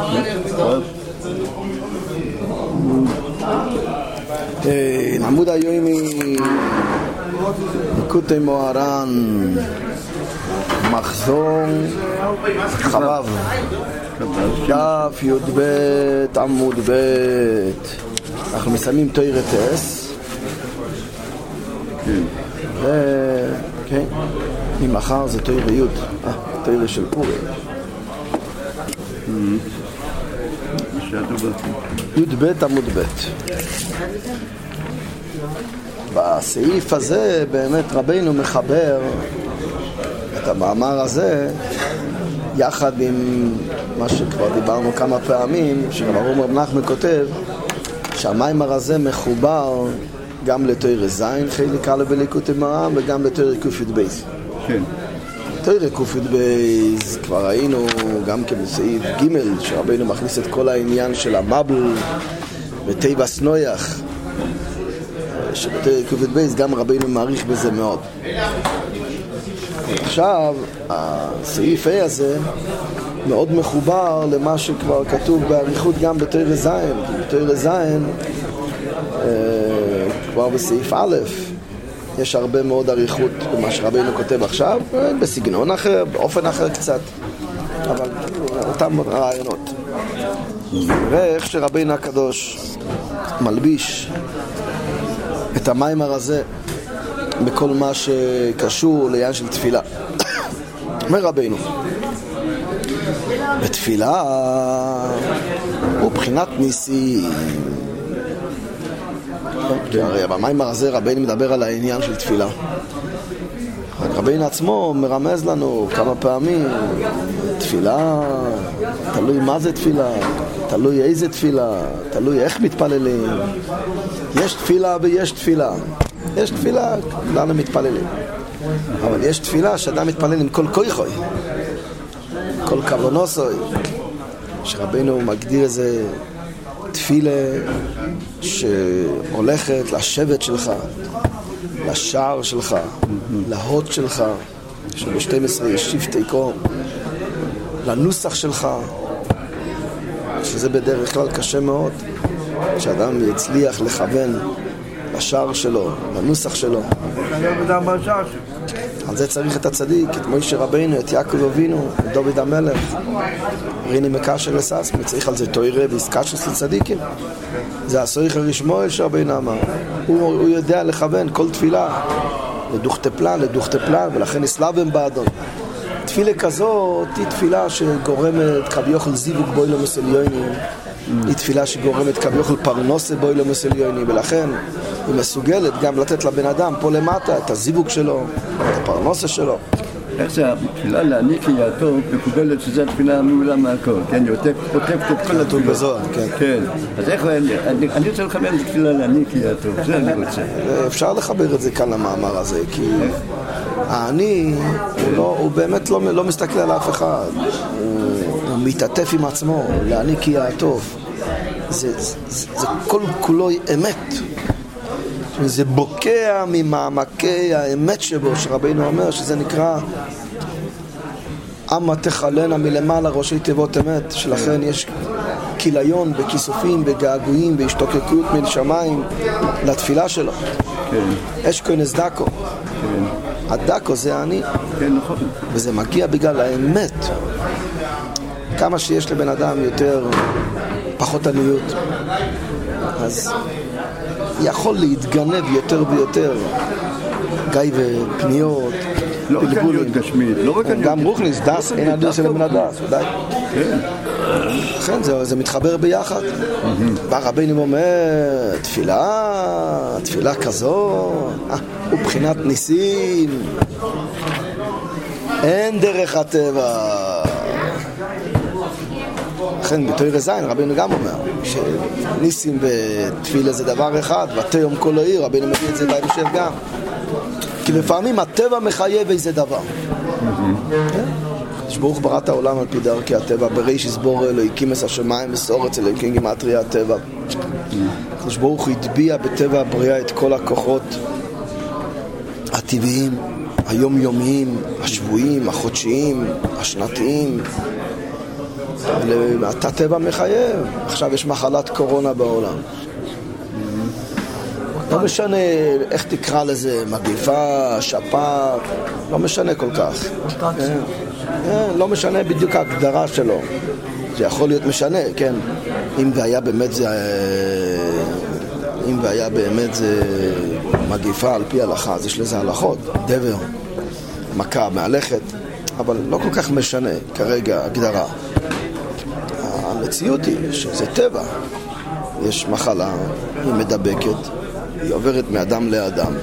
נעמוד היום מקוטי מוהר"ן מחזור חב"ב דף י"ב עמוד ב'. אנחנו מסיימים תורה טס ממחר זה תורה י' תורה של פורים י"ב עמוד ב'. בסעיף הזה באמת רבינו מחבר את המאמר הזה יחד עם מה שכבר דיברנו כמה פעמים, שרב אברהם נחמן כותב שהמאמר הזה מחובר גם לתורה ז' חלק א' בליקוטי מוהר"ן וגם לתורה ק"ב. כן. תורה ק"ב כבר ראינו גם כן בסעיף ג' שרבינו מכניס את כל העניין של המבל וטייבס נויח, שבתורה ק"ב גם רבינו מעריך בזה מאוד. עכשיו הסעיף A הזה מאוד מחובר למה שכבר כתוב בעריכות גם בתורה ז', כי בתורה ז' כבר בסעיף א' יש הרבה מאוד עריכות במה שרבינו כותב עכשיו, בסגנון אחר, באופן אחר קצת, אבל אותם רעיונות. ואיך שרבינו הקדוש מלביש את המאמר הזה בכל מה שקשור לעניין של תפילה. אומר רבינו, בתפילה הוא בחינת ניסים. הרי במאמר הזה רבינו מדבר על העניין של תפילה. רבינו עצמו מרמז לנו כמה פעמים, תפילה, תלוי מה זה תפילה, תלוי איזה תפילה, תלוי איך מתפללים. יש תפילה ויש תפילה. יש תפילה, כולנו מתפללים. אבל יש תפילה שאדם מתפלל עם כל כוחו, כל כוונוסוי, שרבינו מגדיר איזה תפילה שהולכת לשבט שלך, לשער שלך, להוד שלך, שב-12 יש שבטי קום, לנוסח שלך, שזה בדרך כלל קשה מאוד, שאדם יצליח לכוון לשער שלו, לנוסח שלו. על זה צריך את הצדיק, את מוישה רבינו, את יעקב אבינו, את דוד המלך. ריני מקשר לסס, צריך על זה תוירה ויסקשס לצדיקים. זה הסויך הרשמואל שרבינו אמר. הוא יודע לכוון כל תפילה, לדוכתפלן, ולכן הסלבם באדון. תפילה כזאת היא תפילה שגורמת כביכול זיווג באילום עליונים, היא תפילה שגורמת כביכול פרנסה באילום עליונים, ולכן היא מסוגלת גם לתת לבן אדם פה למטה את הזיווג שלו, את הפרנסה שלו. איך זה התפילה להעניק יעתו מקובלת שזו התפילה מעולה מהכל, כן? היא עוטפת את כל נתון בזוהר, כן. כן. אז איך, אני רוצה לחבר את התפילה להעניק יעתו, זה אני רוצה. אפשר לחבר את זה כאן למאמר הזה, כי העני, הוא באמת לא מסתכל על אף אחד, הוא מתעטף עם עצמו, להעניק יעתו. זה כל כולו אמת. זה בוקע ממעמקי האמת שבו, שרבינו אומר שזה נקרא אמה תחלנה מלמעלה ראשי תיבות אמת, שלכן יש כיליון בכיסופים, בגעגועים, בהשתוקקות מן שמיים לתפילה שלו. יש כהנס דקו, הדקו זה אני, וזה מגיע בגלל האמת. כמה שיש לבן אדם יותר פחות עניות, אז יכול להתגנב יותר ויותר גיא ופניות, לא רק עניות גשמית, גם רוחניס, דס, אין עניות של בן הדס, ודאי. לכן זה מתחבר ביחד. והרבינו אומר, תפילה כזו, הוא בחינת ניסים, אין דרך הטבע. לכן בתורה ז' רבינו גם אומר שניסים בתפילה זה דבר אחד, ותהום כל העיר, רבינו מביא את זה בהמשך גם, כי לפעמים הטבע מחייב איזה דבר. שברוך ברא את העולם על פי דרכי הטבע, בראשית ברא אלוהים את השמיים והארץ, אלוהים גימטריה הטבע. שברוך הוא הטביע בטבע הבריאה את כל הכוחות הטבעיים, היומיומיים, השבועיים, החודשיים, השנתיים, הטבע מחייב. עכשיו יש מחלת קורונה בעולם. לא משנה איך תקרא לזה, מגיפה, שפעת, לא משנה כל כך. לא משנה בדיוק ההגדרה שלו. זה יכול להיות משנה, כן. אם והיה באמת זה מגיפה על פי הלכה, אז יש לזה הלכות, דבר, מכה, מהלכת, אבל לא כל כך משנה כרגע הגדרה. המציאות היא שזה טבע. יש מחלה, היא מדבקת, היא עוברת מאדם לאדם.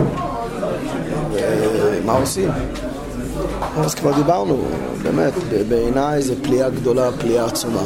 ומה עושים? אז כבר דיברנו, באמת, בעיניי זה פליאה גדולה, פליאה עצומה.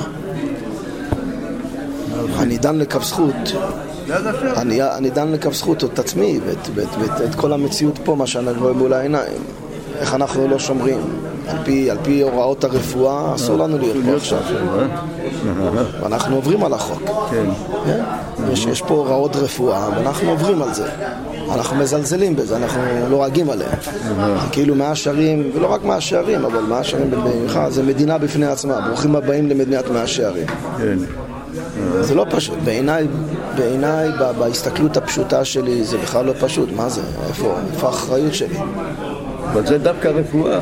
אני דן לכף זכות, אני דן לכף זכות את עצמי ואת כל המציאות פה, מה שאני רואה מול העיניים. איך אנחנו לא שומרים. על פי הוראות הרפואה, אסור לנו להיות פה עכשיו. ואנחנו עוברים על החוק. יש פה הוראות רפואה, ואנחנו עוברים על זה. אנחנו מזלזלים בזה, אנחנו לא רגים עליהם. כאילו מהשערים, ולא רק מהשערים, אבל מהשערים במיוחד, זה מדינה בפני עצמה. ברוכים הבאים למדינת מהשערים. זה לא פשוט. בעיניי, בהסתכלות הפשוטה שלי, זה בכלל לא פשוט. מה זה? איפה האחריות שלי? אבל זה דווקא רפואה.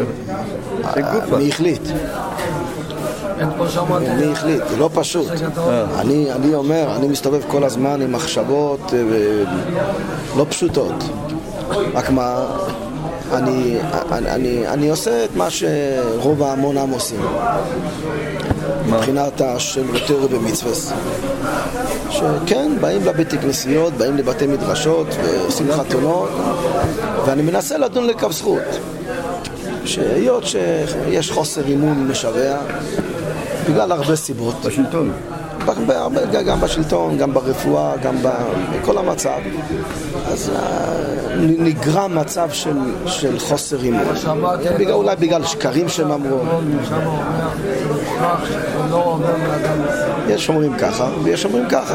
מי החליט? מי החליט? זה לא פשוט. אני אומר, אני מסתובב כל הזמן עם מחשבות לא פשוטות. רק מה, אני עושה את מה שרוב ההמון עושים. מבחינת השם יותר במצווה. שכן, באים לבתי כנסיות, באים לבתי מדרשות ועושים חתונות, ואני מנסה לדון לכף זכות. שהיות שיש חוסר אימון משווה, בגלל הרבה סיבות. בשלטון. גם בשלטון, גם ברפואה, גם בכל המצב. אז נגרם מצב של חוסר אימון. אולי בגלל שקרים שהם אמרו. יש אומרים ככה ויש אומרים ככה.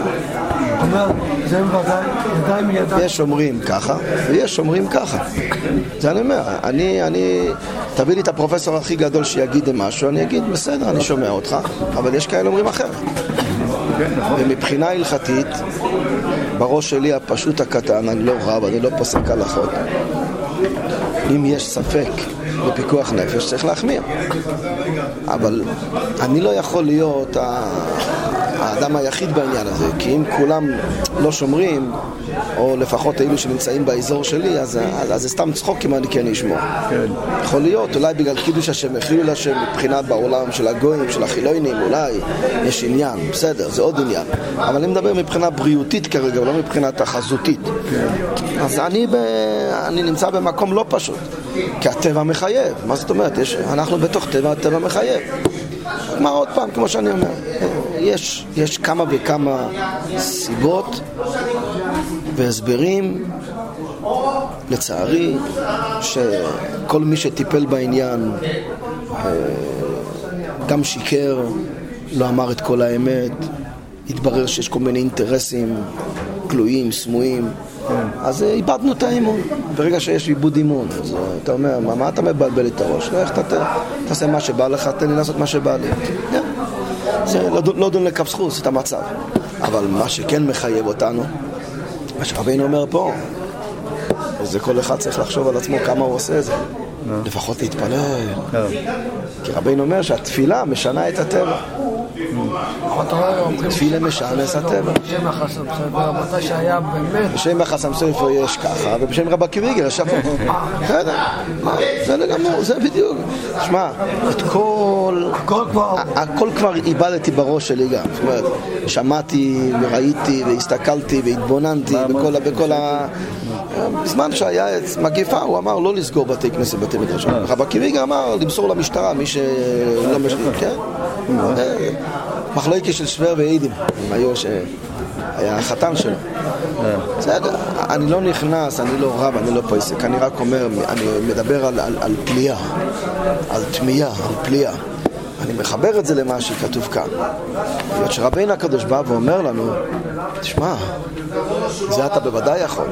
יש אומרים ככה ויש אומרים ככה. זה אני אומר. תביא לי את הפרופסור הכי גדול שיגיד משהו, אני אגיד בסדר, אני שומע אותך, אבל יש כאלה אומרים אחרת. ומבחינה הלכתית, בראש שלי הפשוט הקטן, אני לא רב, אני לא פוסק הלכות. אם יש ספק בפיקוח נפש, צריך להחמיר. אבל אני לא יכול להיות האדם היחיד בעניין הזה, כי אם כולם לא שומרים, או לפחות אלו שנמצאים באזור שלי, אז זה סתם צחוק אם אני כן אשמור. יכול להיות, אולי בגלל קידוש השם, חילול השם מבחינת בעולם של הגויים, של החילונים, אולי יש עניין, בסדר, זה עוד עניין. אבל אני מדבר מבחינה בריאותית כרגע, ולא מבחינת החזותית. אז אני נמצא במקום לא פשוט, כי הטבע מחייב. מה זאת אומרת? אנחנו בתוך טבע, הטבע מחייב. מה עוד פעם, כמו שאני אומר, יש כמה וכמה סיבות והסברים, לצערי, שכל מי שטיפל בעניין גם שיקר, לא אמר את כל האמת, התברר שיש כל מיני אינטרסים גלויים, סמויים, אז איבדנו את האימון. ברגע שיש איבוד אימון, אז אתה אומר, מה אתה מבלבל את הראש? איך תעשה מה שבא לך, תן לי לעשות מה שבא לי. זה לא דון לכף זכות, זה את המצב. אבל מה שכן מחייב אותנו, מה שרבינו אומר פה, זה כל אחד צריך לחשוב על עצמו כמה הוא עושה את זה. לפחות להתפלל. כי רבינו אומר שהתפילה משנה את הטבע. תפילה משנה את הטבע. בשם החסם סופר יש ככה, ובשם רבא קיוויגר יש שפה. זה לגמור, זה בדיוק. שמע, הכל כבר איבדתי בראש שלי גם. זאת אומרת, שמעתי וראיתי והסתכלתי והתבוננתי בכל בזמן שהיה מגיפה, הוא אמר לא לסגור בתי כנסת, בתי מדרשות. רבא קיוויגר אמר למסור למשטרה, מי שלא משלים, כן? מחלוקת של שוור ועידים, היו שהיה החתן שלו. בסדר, אני לא נכנס, אני לא רב, אני לא פויסק, אני רק אומר, אני מדבר על פליאה, על תמייה, על פליאה. אני מחבר את זה למה שכתוב כאן. להיות שרבינו הקדוש בא ואומר לנו, תשמע, זה אתה בוודאי יכול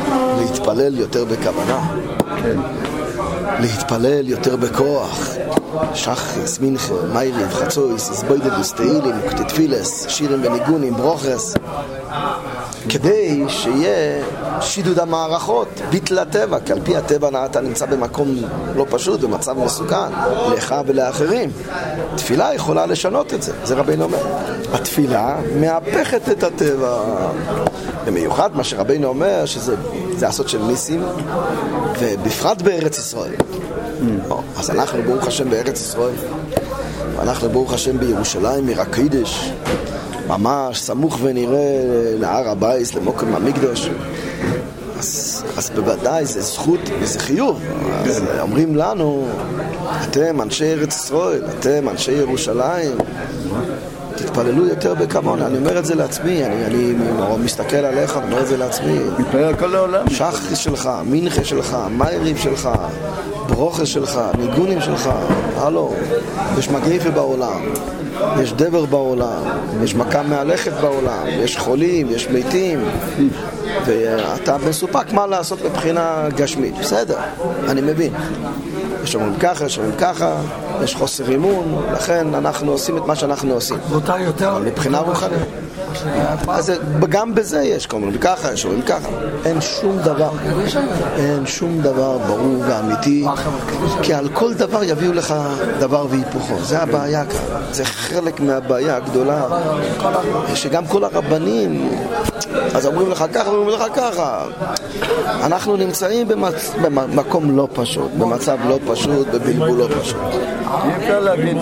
להתפלל יותר בכוונה, להתפלל יותר בכוח, שחריס, מנחה, מייריב, חצויס, הסבוידלוס, תהילים, תפילס, שירים וניגונים, ברוכס, כדי שיהיה שידוד המערכות, ביטל הטבע, כי על פי הטבע אתה נמצא במקום לא פשוט, במצב מסוכן, לך ולאחרים. תפילה יכולה לשנות את זה, זה רבינו אומר. התפילה מהפכת את הטבע. במיוחד מה שרבינו אומר, שזה לעשות של ניסים, ובפרט בארץ ישראל. אז אנחנו ברוך השם בארץ ישראל, ואנחנו ברוך השם בירושלים, עיר הקודש, ממש סמוך ונראה להר הבית, למוקם המקדש. אז בוודאי זה זכות וזה חיוב. אז אומרים לנו, אתם אנשי ארץ ישראל, אתם אנשי ירושלים, תתפללו יותר בכמונה. אני אומר את זה לעצמי, אני מסתכל עליך, אני אומר את זה לעצמי. מתפלל כל העולם. שחריס שלך, מנחה שלך, מייריב שלך, ברוכס שלך, ניגונים שלך, הלו, יש מגריפה בעולם, יש דבר בעולם, יש מכה מהלכת בעולם, יש חולים, יש מתים, ואתה מסופק מה לעשות מבחינה גשמית. בסדר, אני מבין. יש אומרים ככה, יש אומרים ככה, יש חוסר אמון, לכן אנחנו עושים את מה שאנחנו עושים. ואותה יותר... מבחינה רוחנית. אז גם בזה יש, אומרים ככה, יש אומרים ככה. אין שום דבר ברור ואמיתי, כי על כל דבר יביאו לך דבר והיפוכו. זה הבעיה כאן. זה חלק מהבעיה הגדולה, שגם כל הרבנים, אז אומרים לך ככה, אומרים לך ככה. אנחנו נמצאים במקום לא פשוט, במצב לא פשוט, בבלבול לא פשוט. אי אפשר להגיד.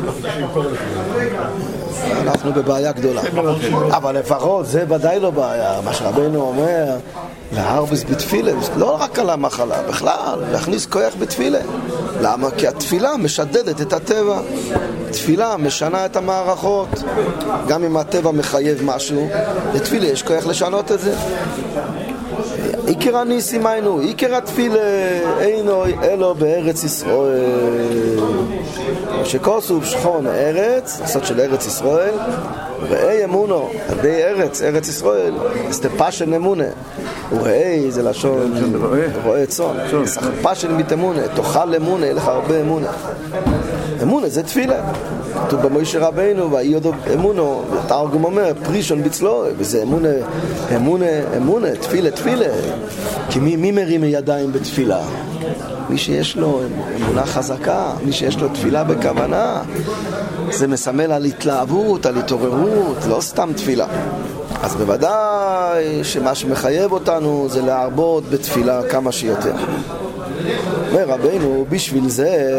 אנחנו בבעיה גדולה. אבל לפחות זה ודאי לא בעיה. מה שרבינו אומר, להרבס בתפילה, לא רק על המחלה, בכלל, להכניס כוח בתפילה. למה? כי התפילה משדדת את הטבע. תפילה משנה את המערכות. גם אם הטבע מחייב משהו, לתפילה יש כוח לשנות את זה. עיקר הניסים היינו, עיקר התפילה אינו אלו בארץ ישראל. שכוסוף שכון ארץ, לעשות של ארץ ישראל, ראי אמונו, עדי ארץ ישראל, סטפה של אמונה. וראי זה לשון רואה צאן, סחפה של מתאמונה, תאכל אמונה, יהיה לך הרבה אמונה. אמונה זה תפילה. כתוב במוישה רבינו, והיודו אמונו, תרגום אומר, פרישון בצלו, וזה אמונה, תפילה. כי מי מרים ידיים בתפילה? מי שיש לו אמונה חזקה, מי שיש לו תפילה בכוונה. זה מסמל על התלהבות, על התעוררות, לא סתם תפילה. אז בוודאי שמה שמחייב אותנו זה להרבות בתפילה כמה שיותר. אומר רבינו, בשביל זה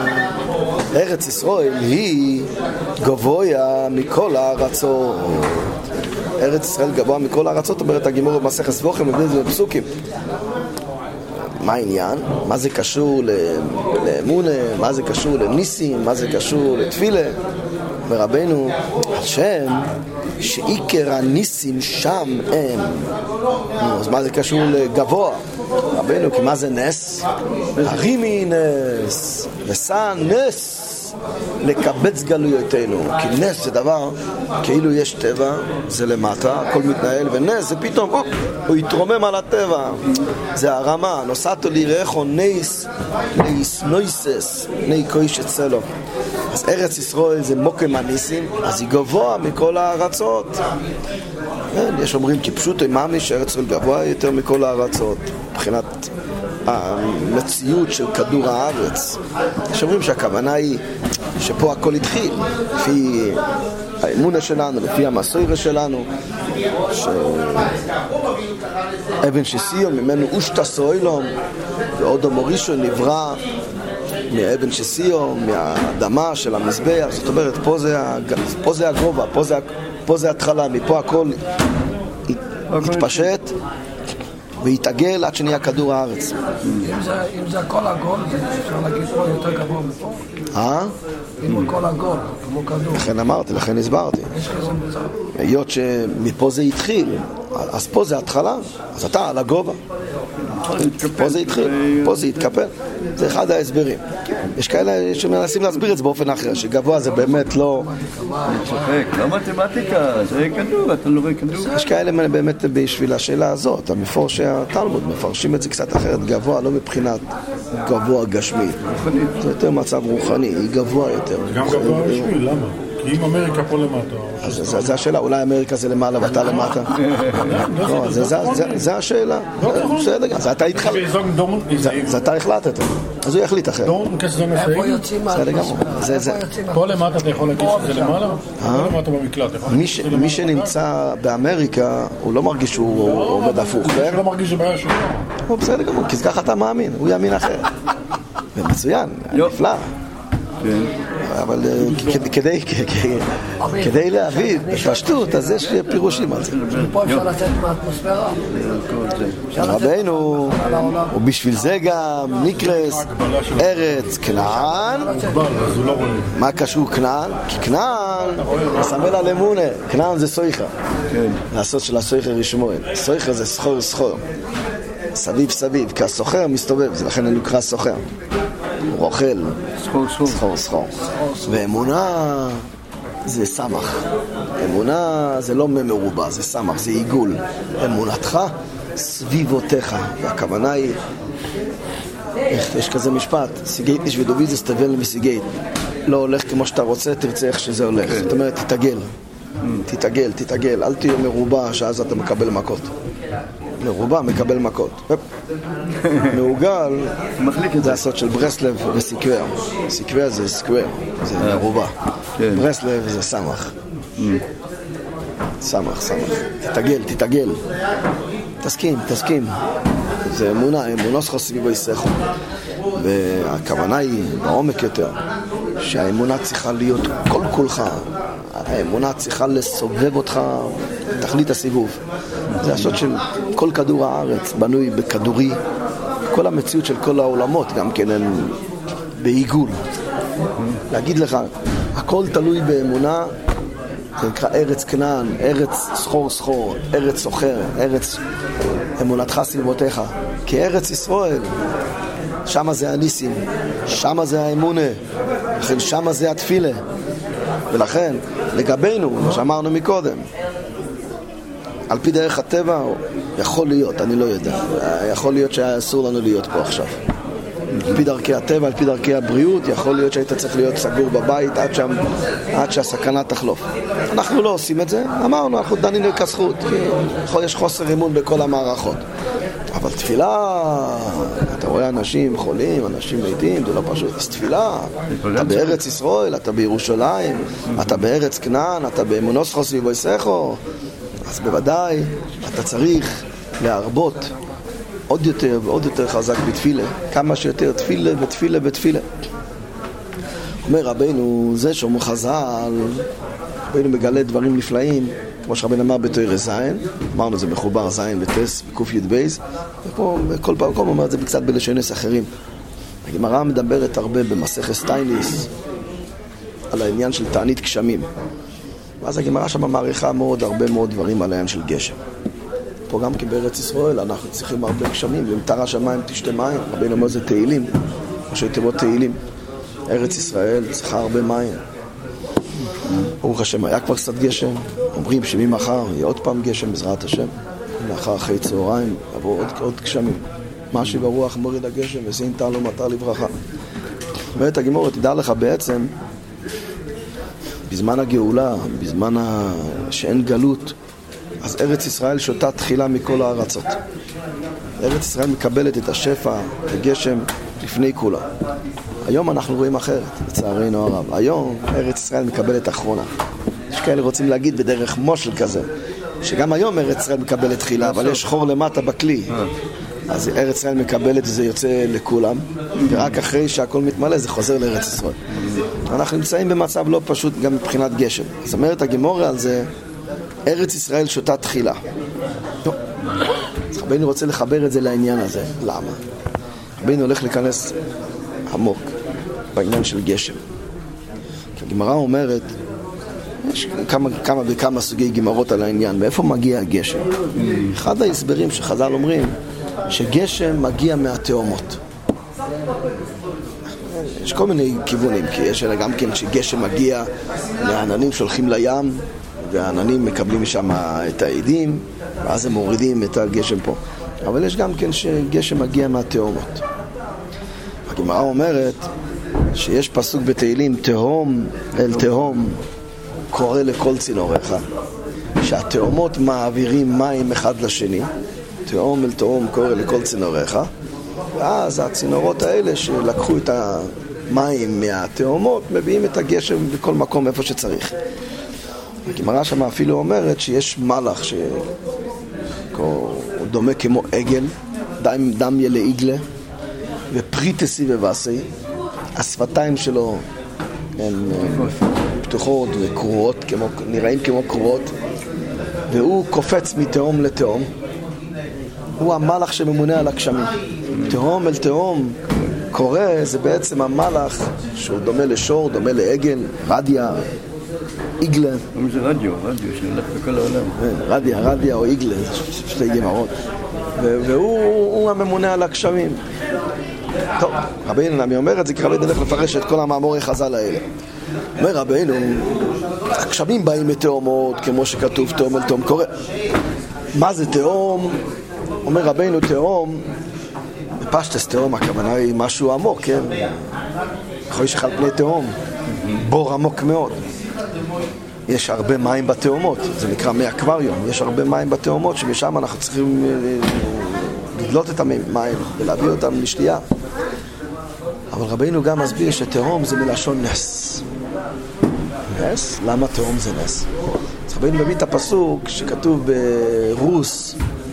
ארץ ישראל היא גבוה מכל הארצות. ארץ ישראל גבוה מכל הארצות, אומרת הגמרא במסכת סבוכים, מביא את זה בפסוקים. מה העניין? מה זה קשור לאמונה? מה זה קשור לניסים? מה זה קשור לתפילה? אומר רבינו, השם שעיקר הניסים שם הם. אז מה זה קשור לגבוה? רבינו, כי מה זה נס? הרימי נס, נסע נס לקבץ גלויותינו. כי נס זה דבר, כאילו יש טבע, זה למטה, הכל מתנהל, ונס זה פתאום, הוא יתרומם על הטבע. זה הרמה, נוסעתו לירחו ניס נויסס, ני קויש אצלו. אז ארץ ישראל זה מוקם הניסים, אז היא גבוה מכל הארצות. יש אומרים כי פשוט אממי שארץ ישראל גבוה יותר מכל הארצות מבחינת המציאות של כדור הארץ. יש אומרים שהכוונה היא שפה הכל התחיל לפי האמונה שלנו, לפי המסוירה שלנו, שאבן שסיום ממנו אושטה סוילום, ואודו מורישו נברא מאבן שסיום, מהאדמה של המזבח. זאת אומרת, פה זה הגובה, פה זה התחלה, מפה הכל התפשט והתעגל עד שנהיה כדור הארץ. אם זה הכל עגול, אפשר להגיד פה יותר גבוה מפה? אם הכל עגול, כמו כדור. לכן אמרתי, לכן הסברתי. היות שמפה זה התחיל, אז פה זה התחלה, אז אתה על הגובה. פה זה התחיל, פה זה התקפל. זה אחד ההסברים. יש כאלה שמנסים להסביר את זה באופן אחר, שגבוה זה באמת לא... אני צוחק, לא מתמטיקה, זה כדור, אתה לא רואה כדור. יש כאלה באמת בשביל השאלה הזאת, המפורשי התלמוד מפרשים את זה קצת אחרת, גבוה לא מבחינת גבוה גשמי, זה יותר מצב רוחני, היא גבוה יותר. גם גבוה רשמי, למה? כי אם אמריקה פה למטה... זה השאלה, אולי אמריקה זה למעלה ואתה למטה? לא, זה השאלה. זה אתה התחלת. זה אתה החלטת. אז הוא יחליט אחר. איפה יוצאים מהאטמוספירה? פה למטה אתה יכול להגיד שזה למעלה? פה למטה במקלט. מי שנמצא באמריקה, הוא לא מרגיש שהוא עומד הפוך. הוא לא מרגיש שבעיה שלו. הוא בסדר גמור, כי ככה אתה מאמין, הוא יאמין אחר. ומצוין, נפלא. אבל כדי להבין בפשטות, אז יש פירושים על זה. פה אפשר לצאת מהאטמוספירה? רבינו, ובשביל זה גם נקרס ארץ כנען. מה קשור כנען? כי כנען מסמל על אמונה. כנען זה סויכה, לעשות של הסויכה רשמואל. סויכה זה סחור סחור, סביב סביב, כי הסוחר מסתובב, זה לכן אני נקרא סוחר, הוא רוכל סחור. ואמונה זה סמך. אמונה זה לא מרובע, זה סמך, זה עיגול. אמונתך סביבותיך. והכוונה היא, יש כזה משפט, סיגית איש ודוביד זה סתבל מסיגית. לא הולך כמו שאתה רוצה, תרצה איך שזה הולך. זאת אומרת, תתעגל, אל תהיה מרובע שאז אתה מקבל מכות. מרובע מקבל מכות. מעוגל זה הסוד של ברסלב וסיקוור. סיקוור זה סקוור, זה מרובע. ברסלב זה סמך. סמך. תתעגל. תסכים. זה אמונה סחוסי ביסכו. והכוונה היא בעומק יותר, שהאמונה צריכה להיות כל כולך. האמונה צריכה לסובב אותך תכלית הסיבוב. זה הסוד של כל כדור הארץ בנוי בכדורי. כל המציאות של כל העולמות גם כן הם בעיגול. להגיד לך, הכל תלוי באמונה. זה נקרא ארץ כנען, ארץ סחור, ארץ סוחר, ארץ אמונתך סביבותיך. כי ארץ ישראל, שמה זה הניסים, שמה זה האמונה, לכן שמה זה התפילה. ולכן, לגבינו, מה שאמרנו מקודם, על פי דרך הטבע, יכול להיות, אני לא יודע, יכול להיות שהיה אסור לנו להיות פה עכשיו. על פי דרכי הטבע, על פי דרכי הבריאות, יכול להיות שהיית צריך להיות סגור בבית עד שהסכנה תחלוף. אנחנו לא עושים את זה, אמרנו, אנחנו דנינו כזכות, כי יש חוסר אמון בכל המערכות. אבל תפילה, אתה רואה אנשים חולים, אנשים מתים, זה לא פשוט. אז תפילה, אתה בארץ ישראל, אתה בירושלים, אתה בארץ כנען, אתה באמונוס חוסי ויסכו, אז בוודאי אתה צריך להרבות עוד יותר ועוד יותר חזק בתפילה, כמה שיותר תפילה ותפילה. אומר רבינו, זה שאומר חז"ל, רבינו מגלה דברים נפלאים, כמו שרבינו אמר בתורה זין, אמרנו זה מחובר זין וטס וקוף י' בייז, ופה בכל פעם אומר את זה קצת בלשונס אחרים. הגמרא מדברת הרבה במסכת סטייניס על העניין של תענית גשמים. ואז הגמרא שם מעריכה מאוד הרבה מאוד דברים על העניין של גשם. פה גם כי בארץ ישראל אנחנו צריכים הרבה גשמים, ומטר השמיים תשתה מים, רבינו אומר זה תהילים, ראשי תיבות תהילים. ארץ ישראל צריכה הרבה מים. ברוך השם, היה כבר קצת גשם, אומרים שממחר יהיה עוד פעם גשם בעזרת השם, לאחר אחרי צהריים יבואו עוד גשמים. משהו ברוח מוריד הגשם וסינתה לו מטר לברכה. ואת הגמרא תדע לך בעצם, בזמן הגאולה, בזמן שאין גלות, אז ארץ ישראל שותה תחילה מכל הארצות. ארץ ישראל מקבלת את השפע, את הגשם, לפני כולה. היום אנחנו רואים אחרת, לצערנו הרב. היום ארץ ישראל מקבלת אחרונה. יש כאלה רוצים להגיד בדרך מושל כזה, שגם היום ארץ ישראל מקבלת תחילה, אבל יש חור למטה בכלי. אז ארץ ישראל מקבלת וזה יוצא לכולם, ורק אחרי שהכל מתמלא זה חוזר לארץ ישראל. אנחנו נמצאים במצב לא פשוט גם מבחינת גשם. זאת אומרת, הגמורה על זה, ארץ ישראל שותה תחילה. טוב, אז רבינו רוצה לחבר את זה לעניין הזה. למה? רבינו הולך להיכנס עמוק בעניין של גשם. כי הגמרא אומרת, יש כמה וכמה סוגי גמרות על העניין. מאיפה מגיע הגשם? אחד ההסברים שחז"ל אומרים, שגשם מגיע מהתאומות. יש כל מיני כיוונים, כי יש גם כן שגשם מגיע מהעננים שהולכים לים, והעננים מקבלים משם את העדים, ואז הם מורידים את הגשם פה. אבל יש גם כן שגשם מגיע מהתאומות. הגמרא אומרת שיש פסוק בתהילים, תהום אל תהום קורא לכל צינוריך, שהתאומות מעבירים מים אחד לשני, תהום אל תהום קורא לכל צינוריך, ואז הצינורות האלה שלקחו את המים מהתאומות מביאים את הגשם בכל מקום איפה שצריך. הגמרא שם אפילו אומרת שיש מלאך שהוא דומה כמו עגל, דם ילה עגלה, ופריטסי ובסי, השפתיים שלו הן פתוחות וקרועות, נראים כמו קרועות, והוא קופץ מתהום לתהום. הוא המלאך שממונה על הגשמים. תהום אל תהום קורא, זה בעצם המלאך שהוא דומה לשור, דומה לעגל, רדיה, עגלה. זה רדיו שהולך בכל העולם. רדיה או עגלה, שתי גמרות. והוא הממונה על הגשמים. טוב, רבינו נמי אומר את זה, כי רבינו הולך לפרש את כל המאמורי חז"ל האלה. אומר רבינו, הגשמים באים מתאומות, כמו שכתוב תהום אל תהום קורא. מה זה תהום? אומר רבינו, תהום, בפשטס תהום, הכוונה היא משהו עמוק, כן? יכול שחל פני תהום, בור עמוק מאוד. יש הרבה מים בתאומות, זה נקרא מי אקווריום, יש הרבה מים בתאומות שמשם אנחנו צריכים לדלות את המים ולהביא אותם לשתייה. אבל רבינו גם מסביר שתהום זה מלשון נס. נס? למה תהום זה נס? אז רבינו מביא את הפסוק שכתוב ברוס,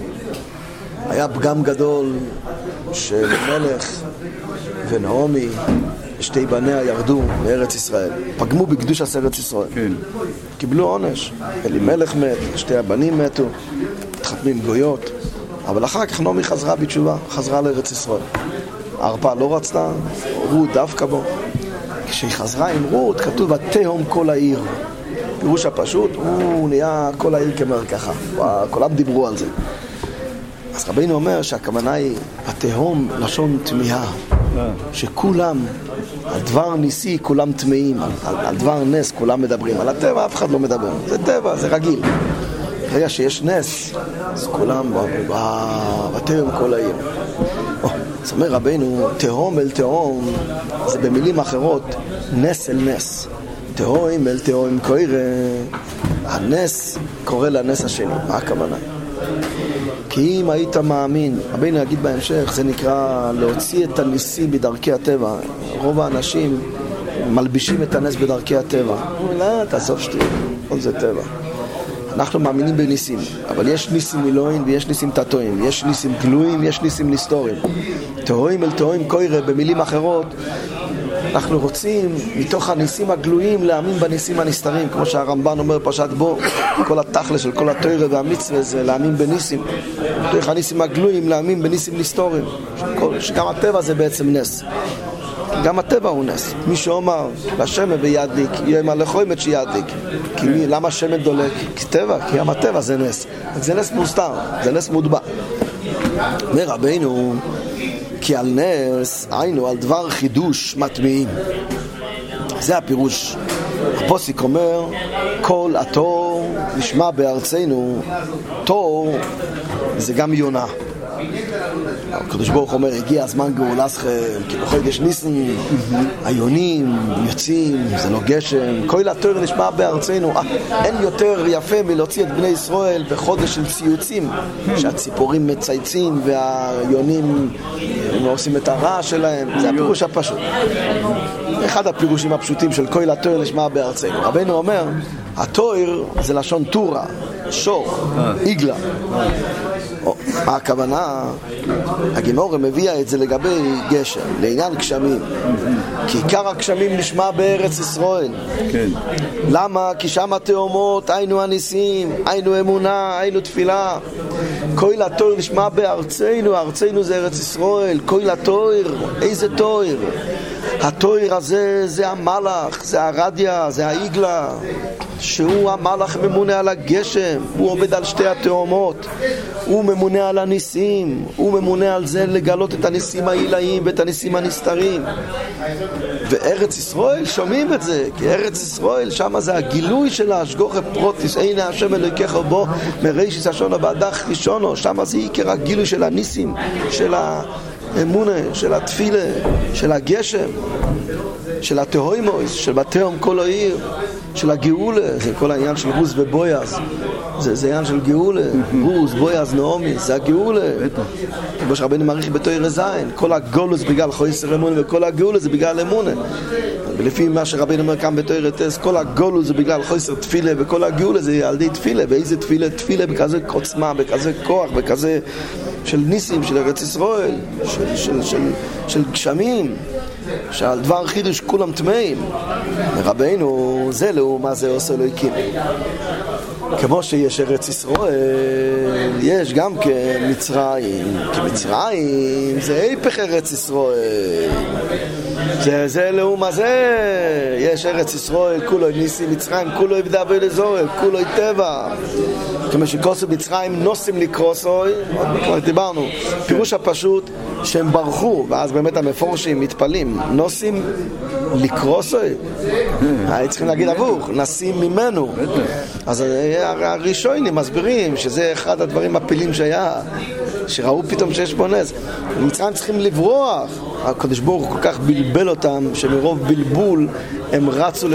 היה פגם גדול של מלך ונעמי שתי בניה ירדו מארץ ישראל, פגמו בקדושת ארץ ישראל, כן. קיבלו עונש, אלימלך מת, שתי הבנים מתו, התחתנו עם גויות, אבל אחר כך נעמי חזרה בתשובה, חזרה לארץ ישראל. הרפה לא רצתה, רות דווקא בו. כשהיא חזרה עם רות, כתוב התהום כל העיר. פירוש הפשוט, הוא נהיה כל העיר כמרקחה, כולם דיברו על זה. אז רבינו אומר שהכוונה היא התהום לשון תמיהה, שכולם על דבר ניסי כולם תמאים, על דבר נס כולם מדברים, על הטבע אף אחד לא מדבר, זה טבע, זה רגיל. רגע שיש נס, אז כולם בתהום כל העיר. זאת אומרת רבינו, תהום אל תהום, זה במילים אחרות נס אל נס. תהום אל תהום קורא, הנס קורא לנס השני. מה הכוונה? כי אם היית מאמין, רבינו יגיד בהמשך, זה נקרא להוציא את הניסים בדרכי הטבע. רוב האנשים מלבישים את הנס בדרכי הטבע. לא, תעזוב שטויות, כל זה טבע. אנחנו מאמינים בניסים, אבל יש ניסים אלוהים ויש ניסים תתועים, יש ניסים גלויים, יש ניסים נסתורים. תהום אל תהום קורא, במילים אחרות, אנחנו רוצים מתוך הניסים הגלויים להאמין בניסים הנסתרים, כמו שהרמב"ן אומר פרשת בו, כל התכל'ס של כל התורה והמצווה זה להאמין בניסים, מתוך הניסים הגלויים להאמין בניסים נסתורים, שגם הטבע זה בעצם נס, גם הטבע הוא נס. מי שאומר לשמן וידליק, יאמר לחוימת שידליק, כי למה שמן דולק? כי טבע, כי גם הטבע זה נס, זה נס מוסתר, זה נס מודבע. אומר רבינו, כי על נס, היינו, על דבר חידוש מטמיעים. זה הפירוש. הפוסק אומר, כל התור נשמע בארצנו, תור זה גם יונה. הקדוש ברוך אומר, הגיע הזמן גאולתכם, כי בחודש ניסן, היונים יוצאים, זה לא גשם, כל התור נשמע בארצנו. אין יותר יפה מלהוציא את בני ישראל בחודש של ציוצים, שהציפורים מצייצים והיונים עושים את הרעש שלהם. זה הפירוש הפשוט. אחד הפירושים הפשוטים של כל התור נשמע בארצנו. רבינו אומר, התור זה לשון תורה, שור, עגלה. מה הכוונה? הגמרא מביאה את זה לגבי גשם, לעניין גשמים. כי עיקר הגשמים נשמע בארץ ישראל. כן. למה? כי שם התאומות, היינו הניסים, היינו אמונה, היינו תפילה. כל התור נשמע בארצנו, ארצנו זה ארץ ישראל. כל התור, איזה תור? התויר הזה זה המלאך, זה הרדיה, זה העיגלה, שהוא המלאך ממונה על הגשם, הוא עובד על שתי התאומות, הוא ממונה על הניסים, הוא ממונה על זה לגלות את הניסים העילאיים ואת הניסים הנסתרים. וארץ ישראל שומעים את זה, כי ארץ ישראל שם זה הגילוי של ההשגחה פרוטיס, הנה השם אלוהיך בו מראשית השונה ועד אחרית ראשונו, שם זה עיקר הגילוי של הניסים, של האמונה, של התפילה, של הגשם, של התהוימוס, של בתהום כל העיר, של הגאולה. זה כל העניין של רוס ובויאז, זה העניין של גאולה. רוס, בויאז, נעמי, זה הגאולה. כמו שרבנו מעריך בתורה זין, כל הגאולה זה בגלל חוסר אמונה, וכל הגאולה זה בגלל אמונה. ולפי מה שרבנו אומר כאן בתורה טס, כל הגאולה זה בגלל חוסר תפילה, וכל הגאולה זה על ידי תפילה. ואיזה תפילה? תפילה בכזה עוצמה, בכזה כוח, בכזה של ניסים, של ארץ ישראל, של גשמים, שעל דבר חידוש כולם טמאים. רבנו זה לא מה זה עושה אלוהיקים. כמו שיש ארץ ישראל, יש גם כמצרים. כמצרים זה היפך ארץ ישראל. זה לא מה זה. יש ארץ ישראל, כולו ניסים, מצרים, כולו עבדה ולזוהר, כולו טבע. כמו שכוסו מצרים נוסים לקרוסוי, כבר דיברנו, פירוש הפשוט שהם ברחו, ואז באמת המפורשים מתפלים, נוסים לקרוסוי, צריכים להגיד אבוך, נסים ממנו. אז הראשונים מסבירים שזה אחד הדברים הפעילים שהיה, שראו פתאום שיש בו נס. מצרים צריכים לברוח, הקדוש ברוך הוא כל כך בלבל אותם שמרוב בלבול הם רצו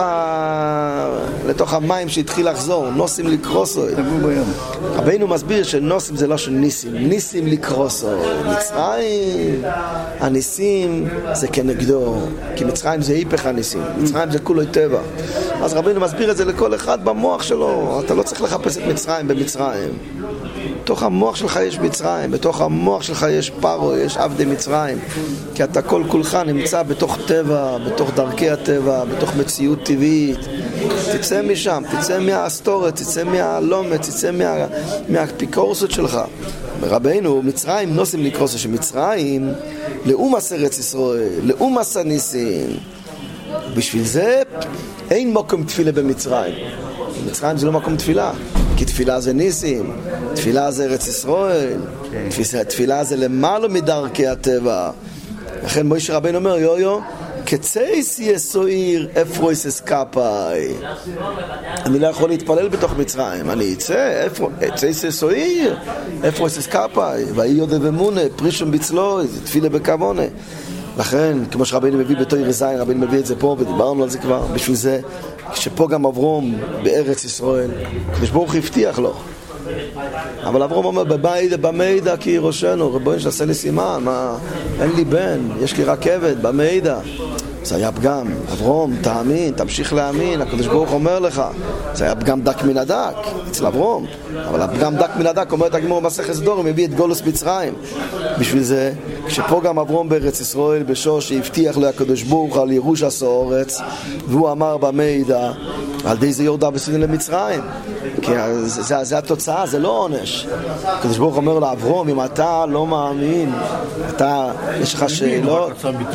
לתוך המים שהתחיל לחזור, נוסים לקרוסוי. רבינו מסביר שנוסים זה לא של ניסים, ניסים לקרוסוי. מצרים, הניסים זה כנגדו, כי מצרים זה היפך הניסים, מצרים זה כולו טבע. אז רבינו מסביר את זה לכל אחד במוח שלו, אתה לא צריך לחפש את מצרים במצרים. בתוך המוח שלך יש מצרים, בתוך המוח שלך יש פרו, יש עבדי מצרים, כי אתה כל כולך נמצא בתוך טבע, בתוך דרכי הטבע, בתוך מציאות טבעית. תצא משם, תצא מהאסטורת, תצא מהלומת, תצא מהפיקורסות שלך. רבינו, מצרים נוסים לקרוסות, שמצרים לאומס ארץ ישראל, לאומס הניסים. בשביל זה אין מקום תפילה במצרים. מצרים זה לא מקום תפילה, כי תפילה זה ניסים, תפילה זה ארץ ישראל, תפילה זה למעלה מדרכי הטבע. לכן מוישה רבינו אומר, יו, כצייס יסויר אפרויס אסקאפאי. אני לא יכול להתפלל בתוך מצרים, אני אצא, צייס יסויר אפרויס אסקאפאי, ואי יודע ומונה, פרישום בצלוי, זה תפילה בכמונה. לכן, כמו שרבינו מביא בתורה זין, רבינו מביא את זה פה, ודיברנו על זה כבר, בשביל זה, שפה גם אברום בארץ ישראל, הקדוש ברוך הוא הבטיח לו. אבל אברום אומר, במידע כי ראשנו, רבוין שעשה לי סימן, אין לי בן, יש לי רכבת, במידע. זה היה פגם, אברום, תאמין, תמשיך להאמין, הקדוש ברוך אומר לך. זה היה פגם דק מן הדק, אצל אברום. אבל הפגם דק מן הדק, אומרת הגמרא במסכת סדור, מביא את גולוס מצרים. בשביל זה, כשפה גם אברום בארץ ישראל, בשוש, שהבטיח לו הקדוש ברוך על ירוש הסורץ, והוא אמר במידע, על די זה יורדה בסודן למצרים. כי זה התוצאה, זה לא עונש. הקדוש ברוך אומר לאברום, אם אתה לא מאמין, אתה, יש לך שאלות.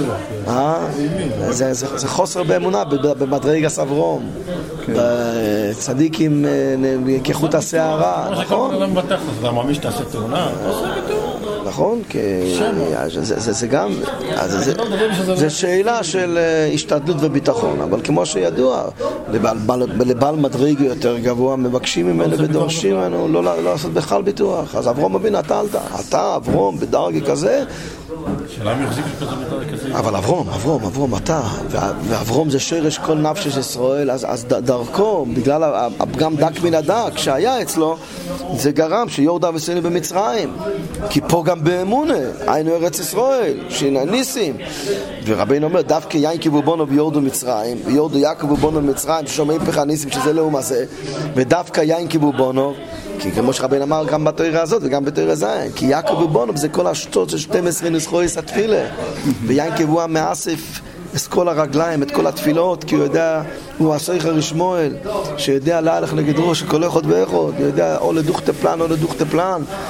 זה חוסר באמונה במדרגת אברום. צדיקים כחוט השערה, נכון? אתה מאמין שתעשה תאונה? נכון, זה גם, זה שאלה של השתדלות וביטחון, אבל כמו שידוע, לבעל מדרגה יותר גבוה מבקשים ממנו ודורשים ממנו לא לעשות בכלל ביטוח. אז אברום מבין, אתה אברום בדרגה כזה, שאלה מי יחזיק שכזה בדרגה כזה? אבל אברום אתה, ואברום זה שרש כל נפש של ישראל, אז דרכו, בגלל הפגם דק מן הדק שהיה אצלו, זה גרם שיורדה וסוני במצרים, כי פה גם באמונה, היינו ארץ ישראל, שינה ניסים. ורבינו אומר, דווקא יין כבובונו ויורדו מצרים, ויורדו יעקב ובונו מצרים, ששומעים פך הניסים שזה לאום הזה, ודווקא יין כבובונו, כי כמו שרבינו אמר גם בתורה הזאת וגם בתורה זין, כי יעקב ובונו זה כל השטות של 12 נסחויס התפילה, ויין כבוה מאסף את כל הרגליים, את כל התפילות, כי הוא יודע, הוא הסויך הרשמואל, שיודע להלך נגד ראש, שכל אחד ואחד, יודע או לדוך תפלן או לדוך תפלן,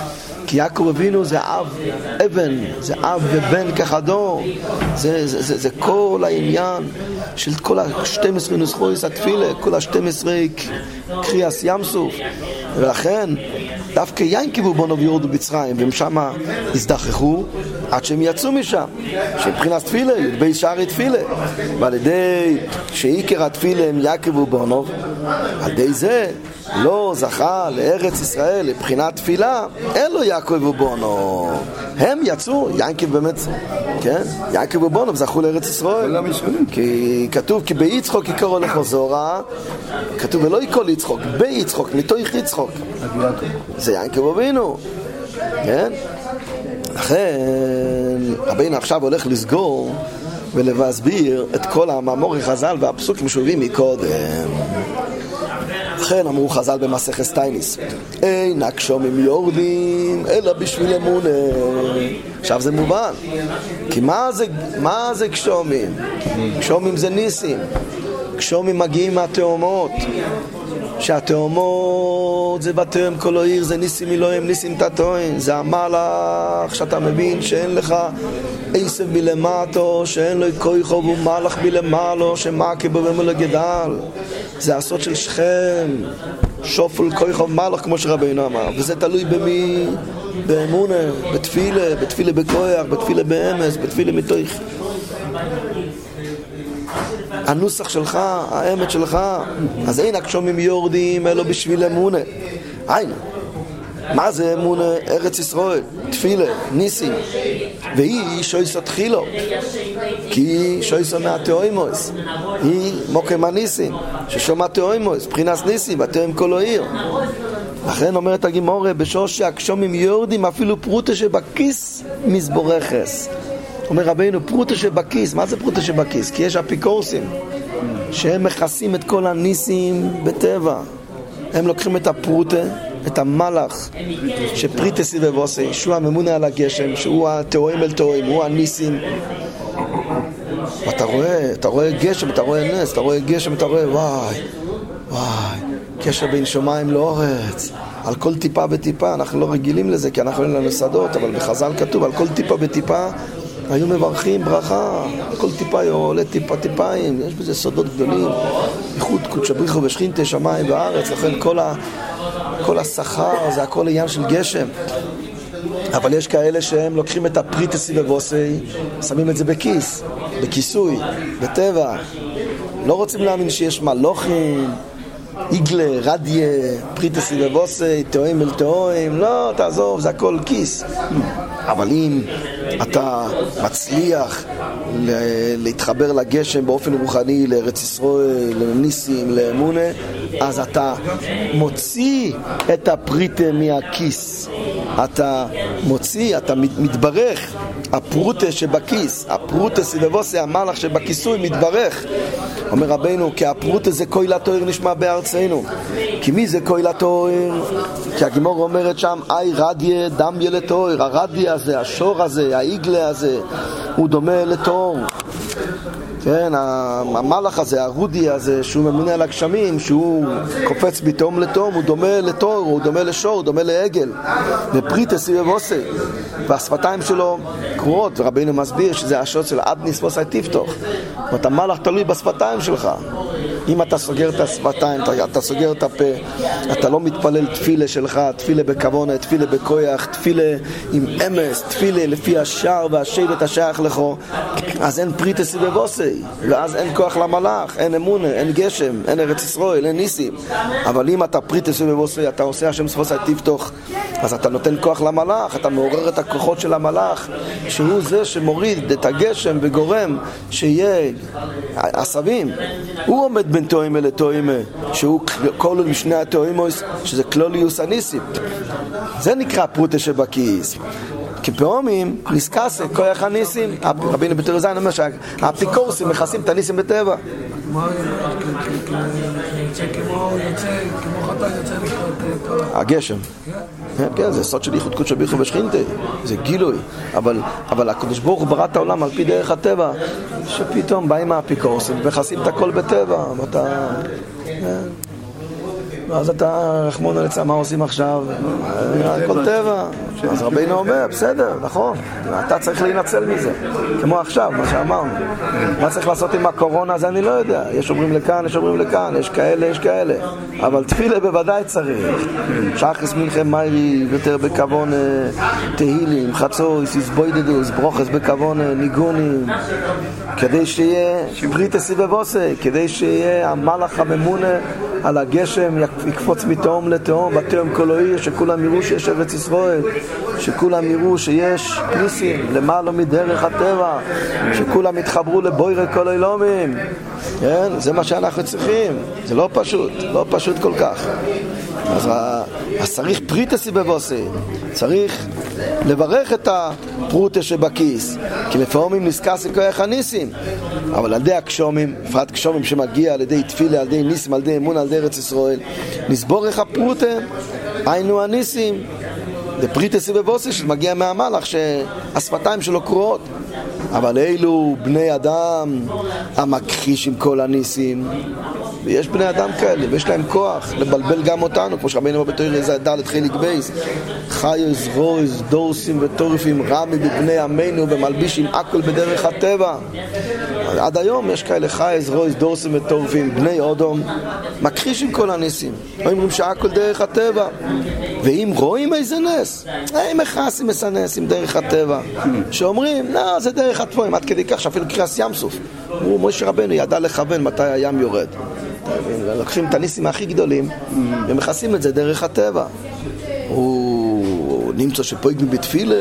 כי יעקב אבינו זה אב אבן, זה אב ובן כחדור, זה כל העניין של כל ה-12 נוסחויס התפילה, כל ה-12 קריאס ים סוף. ולכן דווקא יין קיבו בונו ויורדו בצרים, והם שמה הזדחכו עד שהם יצאו משם, שבחינת תפילה, בי שערי תפילה, ועל ידי שעיקר התפילה הם יעקבו בונו, על ידי זה לא זכה לארץ ישראל לבחינת תפילה, אלו יעקב ובונו. הם יצאו, יעקב באמת, כן? יעקב ובונו זכו לארץ ישראל. כי כתוב, כי ביצחוק יקראו לך זורה, כתוב ולא יקראו ליצחוק, ביצחוק, מתוך יצחוק. זה יעקב אבינו, כן? לכן, רבינו עכשיו הולך לסגור ולהסביר את כל המאמורי חז"ל והפסוקים שהובאים מקודם. לכן אמרו חז"ל במסכת סטייניס, אין הגשומים יורדים אלא בשביל אמונה. עכשיו זה מובן, כי מה זה גשומים? גשומים זה ניסים. גשומים מגיעים מהתאומות, שהתאומות זה בתאום כל העיר, זה ניסים אלוהים, ניסים תתוין, זה המלאך שאתה מבין שאין לך עשב מלמטו, שאין לו כויחו והוא מלאך מלמעלו, שמכה בו ומולו גדל. זה הסוד של שכם, שופל כויחו מלאך כמו שרבינו אמר, וזה תלוי במי? באמונה, בתפילה, בתפילה בכוח, בתפילה באמס, בתפילה מתוך הנוסח שלך, האמת שלך. אז אין הגשומים יורדים אלו בשביל אמונה. היינו, מה זה אמונה? ארץ ישראל, תפילה, ניסים, והיא שויסו תחילו, כי היא שויסו מהתאוימוס, היא מוקם הניסים ששומע תאוימוס, בחינס ניסים, התאוים כל העיר. לכן אומרת הגימורה, בשוש שהגשומים יורדים אפילו פרוטה שבכיס מזבורכס. אומר רבינו, פרוטה שבכיס. מה זה פרוטה שבכיס? כי יש אפיקורסים שהם מכסים את כל הניסים בטבע. הם לוקחים את הפרוטה, את המלאך שפריטה סביבוסי, שהוא הממונה על הגשם, שהוא התאוים אל תאוים, הוא הניסים. אתה רואה גשם, אתה רואה נס, אתה רואה גשם, אתה רואה וואי, קשר בין שמיים לאורץ, על כל טיפה בטיפה. אנחנו לא רגילים לזה כי אנחנו אין לנו שדות, אבל בחז"ל כתוב על כל טיפה בטיפה היו מברכים ברכה. כל טיפה עולה טיפיים, יש בזה סודות גדולים, ייחוד קודש בריחו ושכינתה שמיים בארץ. לכן כל השכר זה הכל עניין של גשם. אבל יש כאלה שהם לוקחים את הפריטה סביבוסי, שמים את זה בכיס, בכיסוי, בטבע, לא רוצים להאמין שיש מלוכים, עיגלה, רדיה, פריטה סביבוסי, תאוים אל תאוים. לא, תעזוב, זה הכל כיס. אבל אם אתה מצליח להתחבר לגשם באופן רוחני, לארץ ישראל, לניסים, לאמונה, אז אתה מוציא את הפריטה מהכיס, אתה מוציא, אתה מתברך. הפרוטה שבכיס, הפרוטה סביבוסי, המלאך שבכיסוי מתברך. אומר רבינו, כי הפרוטה זה קוילת אויר נשמע בארצנו. כי מי זה קוילת אויר? כי הגימור אומרת שם, אי רדיה דם ילת אויר. הרדיה הזה, השור הזה, העיגלה הזה, הוא דומה לתור. כן, המלאך הזה, הרודי הזה, שהוא ממונה על הגשמים, שהוא קופץ בתום לתום, הוא דומה לתור, הוא דומה לשור, הוא דומה לעגל. ופריטה סביבוסי, והשפתיים שלו קרועות, ורבינו מסביר שזה השוט של עד נספוסי תפתוח. ואתה מלאך תלוי בשפתיים שלך. אם אתה סוגר את השפתיים, אתה סוגר את הפה, אתה לא מתפלל תפילה שלך, תפילה בכוונה, תפילה בכוח, תפילה עם אמס, תפילה לפי השער והשבט השייך לך, אז אין פריטה סביבוסי, ואז אין כוח למלאך, אין אמונה, אין גשם, אין ארץ ישראל, אין ניסים. אבל אם אתה פריטה סביבוסי, אתה עושה השם ספוסי תפתוח, אז אתה נותן כוח למלאך, אתה מעורר את הכוחות של המלאך, שהוא זה שמוריד את הגשם וגורם שיהיה עשבים. הוא עומד בין תאוימה לתאוימה, שהוא כל משני התאוימוס, שזה כלוליוס הניסים. זה נקרא פרוטה שבכיס. כי פעמים נסקס כוח הניסים. רבינו בתור זין אומר שהאפיקורסים מכסים את הניסים בטבע. כמו חטא יוצא לקראת הגשם. כן, זה סוד של ייחוד קודש בריחו ושכינתה, זה גילוי. אבל הקדוש ברוך הוא ברא את העולם על פי דרך הטבע, שפתאום באים האפיקורסים ומכסים את הכל בטבע. ואז אתה, רחמון הליצלן, מה עושים עכשיו? הכל טבע. אז רבינו אומר, בסדר, נכון, אתה צריך להינצל מזה. כמו עכשיו, מה שאמרנו. מה צריך לעשות עם הקורונה, זה אני לא יודע. יש אומרים לכאן, יש אומרים לכאן, יש כאלה, יש כאלה. אבל תפילה בוודאי צריך. שחס מלחם מיירי, יותר בכוון תהילים, חצוי, סיסבוידדוס, ברוכס בכוון ניגונים. כדי שיהיה ברית הסבבוסי, כדי שיהיה המלאך הממונה על הגשם יקפוץ מתהום לתהום, בתהום כל העיר, שכולם יראו שיש ארץ ישראל, שכולם יראו שיש ניסים למעלה מדרך הטבע, שכולם יתחברו לבוירי כל אילומים. כן? זה מה שאנחנו צריכים. זה לא פשוט, לא פשוט כל כך. אז צריך פריטה סיבבוסי, צריך לברך את הפרוטה שבכיס, כי לפעמים נזכס עם כוח הניסים, אבל על ידי הקשומים, בפרט קשומים שמגיע על ידי תפילה, על ידי ניסים, על ידי אמון, על ידי ארץ ישראל, נסבור איך הפרוטה, היינו הניסים, זה פריטה סיבבוסי שמגיע מהמלאך שהשפתיים שלו קרועות. אבל אלו בני אדם המכחיש עם כל הניסים, ויש בני אדם כאלה ויש להם כוח לבלבל גם אותנו, כמו שרבינו בתורה ד' חלק בייס, חיוס רויס דורסים וטורפים רמי בבני עמנו ומלבישים הכל בדרך הטבע. עד היום יש כאלה חייס רויס דורסים וטורפים בני אודום מכחיש עם כל הניסים, אומרים שהכל דרך הטבע, ואם רואים איזה נס הם מכסים מסנס עם דרך הטבע, שאומרים לא זה דרך הטבועים, עד כדי כך שאפילו קריאס ים סוף הוא משה רבנו ידע לכוון מתי הים יורד, לוקחים את הניסים הכי גדולים ומכסים את זה דרך הטבע. הוא נמצא שפויגים בתפילה,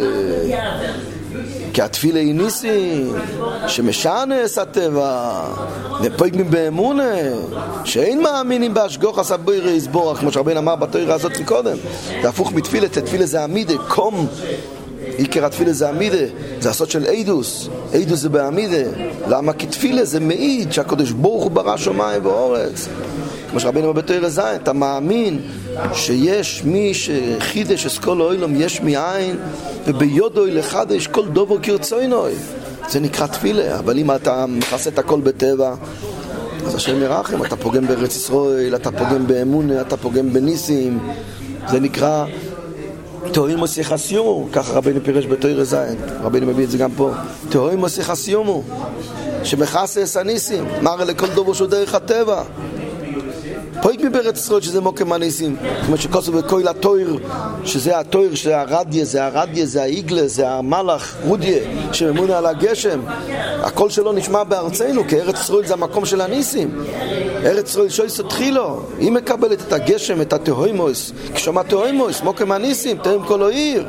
כי התפילה היא ניסים שמשענס הטבע, ופויגים באמונה שאין מאמינים בהשגוח הסבוירי יסבורך, כמו שרבן אמר בתורה הזאת מקודם. זה הפוך מתפילה, תפילה זה עמידה, קום עיקר התפילה זה עמידה, זה הסוד של אידוס, אידוס זה בעמידה. למה? כי תפילה זה מעיד שהקדוש ברוך הוא ברא שמיים ואורץ, כמו שרבינו אומר בתורה ז', אתה מאמין שיש מי שחידש את כל העולם יש מאין, וביודו לחדש כל דובר כרצונו, זה נקרא תפילה. אבל אם אתה מכסה את הכל בטבע, אז השם ירחם, אתה פוגם בארץ ישראל, אתה פוגם באמונה, אתה פוגם בניסים, זה נקרא תאוימוס יחסיומו, ככה רבינו פירש בתורה ז', רבינו מביא את זה גם פה, תאוימוס יחסיומו, שמכסה את הניסים, מראה לכל דובר שהוא דרך הטבע. פויג מבארץ ישראל שזה מוקם הניסים, כמו שכוסו בקויל התויר, שזה התויר, שזה הרדיה, זה הרדיה, זה העיגלה, זה המלאך, רודיה, שממונה על הגשם. הכל שלו נשמע בארצנו, כי ארץ ישראל זה המקום של הניסים. ארץ ישראל שויסו תחילו, היא מקבלת את הגשם, את התאוימוס, כשמה תאוימוס, מוקם הניסים, תאום כל העיר.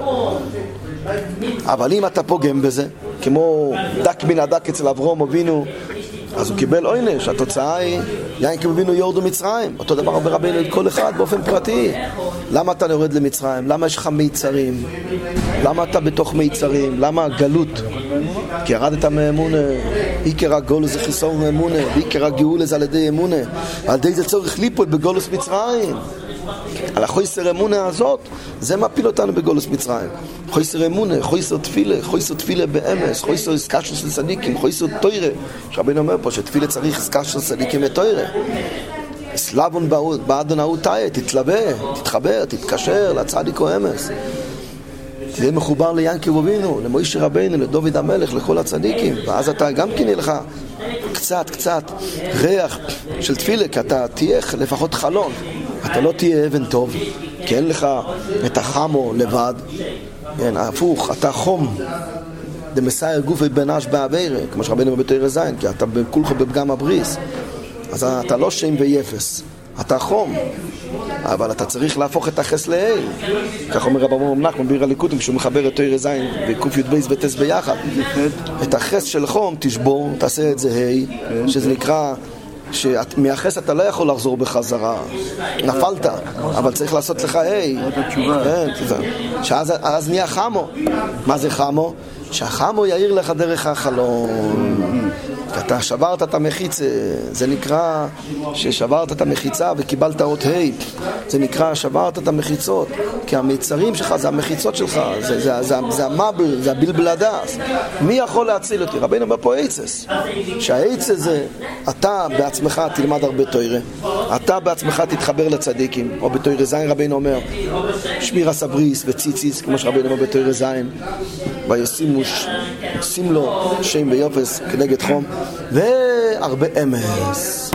אבל אם אתה פוגם בזה, כמו דק מן הדק אצל אברהם אבינו, אז הוא קיבל עונש. התוצאה היא יעקב אבינו יורדו מצרים. אותו דבר ברבינו את כל אחד באופן פרטי. למה אתה יורד למצרים? למה יש לך מיצרים? למה אתה בתוך מיצרים? למה גלות? כי ירדת מאמונה. עיקר הגולוס זה חיסור מאמונה, ועיקר הגאולה זה על ידי אמונה, על ידי זה צורך ליפול בגולוס מצרים. על החויסר אמונה הזאת, זה מפיל אותנו בגולוס מצרים. חויסר אמונה, חויסר תפילה באמס, חויסר עסקה של צדיקים, חויסר תוירה. שרבינו אומר פה שתפילה צריך עסקה של צדיקים ותוירה. סלבון באדון ההוא תאי, תתלווה, תתחבר, תתקשר לצדיק או אמס. תהיה מחובר ליעקב אבינו, למוישה רבנו, לדוד המלך, לכל הצדיקים. ואז אתה גם כן יהיה לך קצת ריח של תפילה, כי אתה תהיה לפחות חלון. אתה לא תהיה אבן טוב, כי אין לך את החמו לבד. כן, הפוך, אתה חום. דמסייר גופי בנש בעבירה, כמו שרבינו בתורה ז', כי אתה כולך בפגם הבריס. אז אתה לא שם ויפס, אתה חום. אבל אתה צריך להפוך את החס לאל. כך אומר רב אברהם נחמן ביר הליקוטים, כשהוא מחבר את תורה ז' וקוף י' בייס ותס ביחד. את החס של חום תשבור, תעשה את זה ה', שזה נקרא שמייחס אתה לא יכול לחזור בחזרה, נפלת, אבל צריך לעשות לך שאז נהיה חמו. מה זה חמו? שהחמו יאיר לך דרך החלון. אתה שברת את המחיצה, זה נקרא ששברת את המחיצה וקיבלת אות זה נקרא שברת את המחיצות, כי המיצרים שלך זה המחיצות שלך, זה המבל, זה הבלבל הדס. מי יכול להציל אותי? רבינו אומר פה עצס, שהעצס זה אתה בעצמך תלמד הרבה תורה, אתה בעצמך תתחבר לצדיקים. או בתוירה זין רבינו אומר, שמירה סבריס וציציס, כמו שרבינו אומר בתוירה זין, וישים לו שם ויופס כנגד חום, והרבה אמס.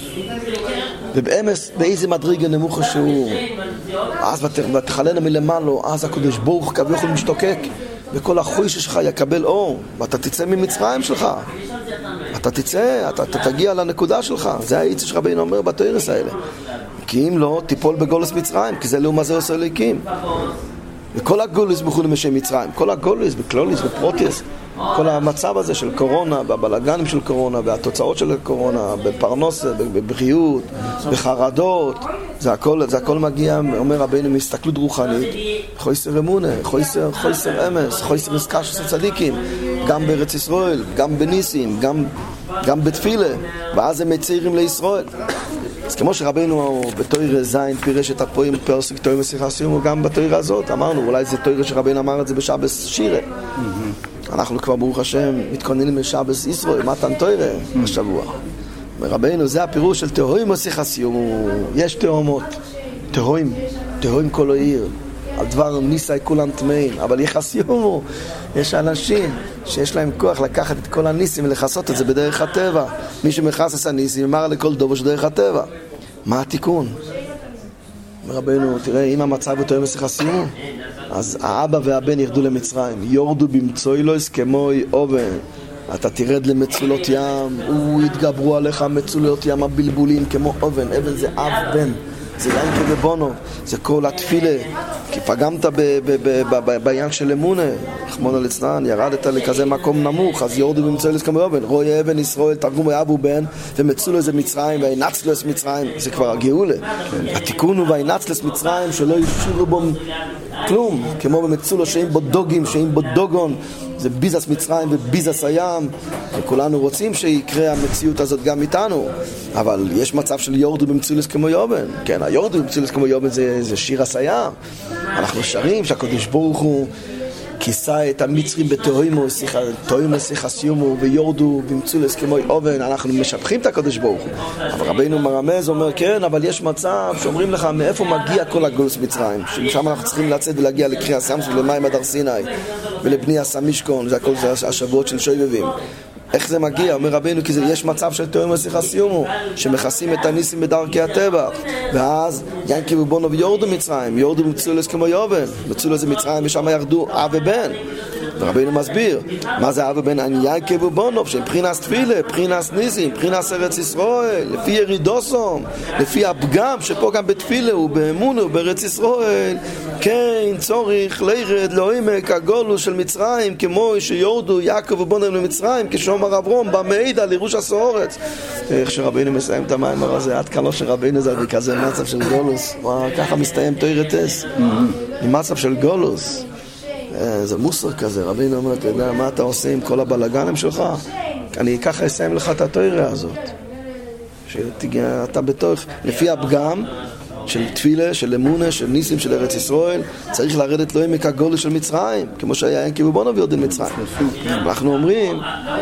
ובאמס, באיזה מדרגה נמוכה שהוא, אז ותחלנה מלמעלה, אז הקדוש ברוך כביכול משתוקק, וכל החויש שלך יקבל אור, ואתה תצא ממצרים שלך. אתה תצא, אתה תגיע לנקודה שלך. זה העיצה שרבינו אומר בתוירס האלה. כי אם לא, תיפול בגולס מצרים, כי זה לא מה זה עושה ליקים. וכל הגולס בכל משם מצרים, כל הגולס, בקלוליס, בפרוטיס, כל המצב הזה של קורונה, בבלגנים של קורונה, והתוצאות של הקורונה, בפרנוס, בבריאות, בחרדות, זה הכל מגיע, אומר רבינו, מהסתכלות רוחנית, חויסר אמונה, חויסר אמס, חויסר עסקה של צדיקים, גם בארץ ישראל, גם בניסים, גם בתפילה, ואז הם מציירים לישראל. אז כמו שרבינו בתוירה זין פירש את הפועים פרסק תוירה משיחה סיום, גם בתוירה הזאת אמרנו, אולי זה תוירה שרבינו אמר את זה בשבס שירה. אנחנו כבר ברוך השם מתכוננים לשבס ישראל, מתן תוירה השבוע. רבינו זה הפירוש של תהוים משיחה סיום. יש תהומות, תהוים כל העיר, על דבר ניסי כולם טמאים, אבל יחסיומו, יש אנשים שיש להם כוח לקחת את כל הניסים ולחסות את זה בדרך הטבע. מי שמחסס הניסים אמר לכל דובו שדרך הטבע. מה התיקון? רבינו, תראה, אם המצב הוא תואם יחסיומו, אז האבא והבן ירדו למצרים, יורדו במצוילוס כמוי אובן. אתה תרד למצולות ים, יתגברו עליך מצולות ים הבלבולים כמו אובן. אבן זה אב בן, זה ינקה ובונו, זה כל התפילה. כי פגמת בעניין של אמונה, רחמנא ליצלן, ירדת לכזה מקום נמוך, אז יורדו במצוילוס כמו אובן. רואי אבן ישראל, תרגום אבו בן, ומצולו זה מצרים, וינצלוס מצרים, זה כבר הגאולה. התיקון הוא וינצלוס מצרים, שלא ישאירו בו כלום, כמו במצולו שאין בו דוגים, שאין בו דוגון, זה ביזס מצרים וביזס הים, וכולנו רוצים שיקרה המציאות הזאת גם איתנו, אבל יש מצב של יורדו במצולוס כמו יובן. כן, היורדו במצולוס כמו יובן זה שיר הסיים. אנחנו שרים שהקדוש ברוך הוא כיסה את המצרים בתוימו, תוימו שיחה סיומו, ויורדו במצולס כמו אובן. אנחנו משבחים את הקדוש ברוך הוא, אבל רבינו מרמז אומר כן, אבל יש מצב שאומרים לך מאיפה מגיע כל הגולס מצרים, שמשם אנחנו צריכים לצאת ולהגיע לקריאה סמס ולמים עד הר סיני ולבני הסמישכון, זה הכל זה השבועות של שובבים. איך זה מגיע? אומר רבינו, כי יש מצב של תאום שיחה סיומו, שמכסים את הניסים בדרכי הטבע, ואז ינקי ובונו ויורדו מצרים, יורדו מצולס כמו יובן, מצולס זה מצרים, ושם ירדו אב ובן. ורבינו מסביר, מה זה אב ובן? ינקי ובונו, שהם בחינס תפילה, בחינס ניסים, בחינס ארץ ישראל, לפי ירידוסום, לפי הפגם שפה גם בתפילה ובאמונה ובארץ ישראל, כן, צורך לירד לעומק הגולוס של מצרים, כמו שיורדו יעקב ובונו למצרים, כשאומר אברהם במעידה לירוש הסורץ. איך שרבינו מסיים את המאמר הזה, עד כלו שרבינו זה בכזה מצב של גולוס, ככה מסתיים תוירתס, עם מצב של גולוס. זה מוסר כזה. רבינו אומר, אתה יודע מה אתה עושה עם כל הבלגנים שלך? אני ככה אסיים לך את התוירה הזאת, שאתה בתוך לפי הפגם של תפילה, של אמונה, של ניסים, של ארץ ישראל, צריך לרדת לו עמק הגולוס של מצרים, כמו שהיה ינקי ובונו ויורדו מצרים. אנחנו אומרים